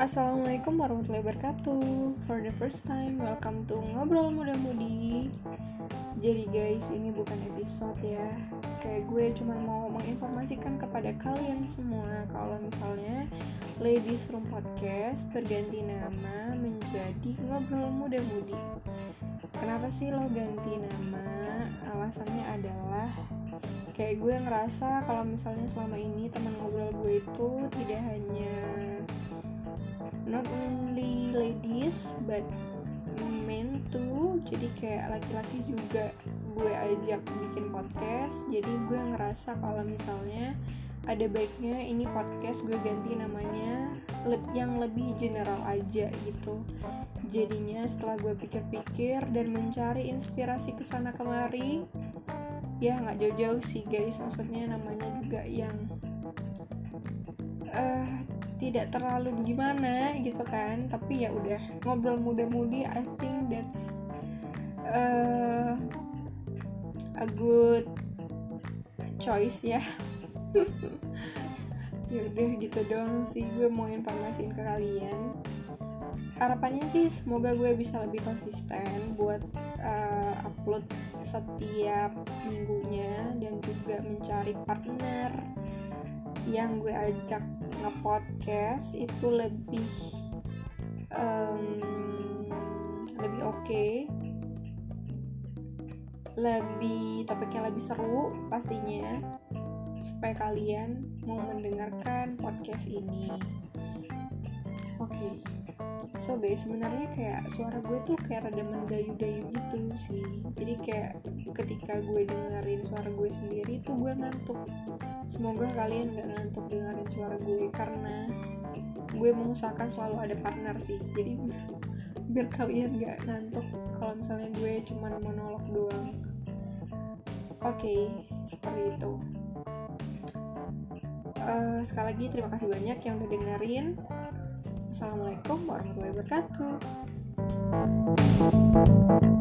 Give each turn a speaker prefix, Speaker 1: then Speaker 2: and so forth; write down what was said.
Speaker 1: Assalamualaikum warahmatullahi wabarakatuh. For the first time, welcome to Ngobrol Muda-Mudi. Jadi guys, ini bukan episode ya. Kayak gue cuma mau menginformasikan kepada kalian semua kalau misalnya Ladies Room Podcast berganti nama menjadi Ngobrol Muda-Mudi. Kenapa sih lo ganti nama? Alasannya adalah kayak gue ngerasa kalau misalnya selama ini teman ngobrol gue itu tidak hanya not only ladies but men too, jadi kayak laki-laki juga gue ajak bikin podcast. Jadi gue ngerasa kalau misalnya ada baiknya ini podcast gue ganti namanya yang lebih general aja gitu. Jadinya setelah gue pikir-pikir dan mencari inspirasi kesana kemari, ya nggak jauh-jauh sih guys, maksudnya namanya juga yang tidak terlalu gimana gitu kan, tapi ya udah Ngobrol Muda-Mudi. I think that's a good choice ya. Ya udah gitu doang sih gue mau informasiin ke kalian. Harapannya sih semoga gue bisa lebih konsisten buat upload setiap minggunya dan juga mencari partner yang gue ajak nge-podcast itu lebih oke, lebih topiknya lebih seru pastinya, supaya kalian mau mendengarkan podcast ini. Oke. So guys, sebenarnya kayak suara gue tuh kayak rada mendayu-dayu gitu sih. Jadi kayak ketika gue dengerin suara gue sendiri tuh gue ngantuk. Semoga kalian gak ngantuk dengerin suara gue, karena gue mengusahakan selalu ada partner sih. Jadi biar kalian gak ngantuk kalau misalnya gue cuma monolog doang. Oke, seperti itu. Sekali lagi terima kasih banyak yang udah dengerin. Assalamualaikum warahmatullahi wabarakatuh.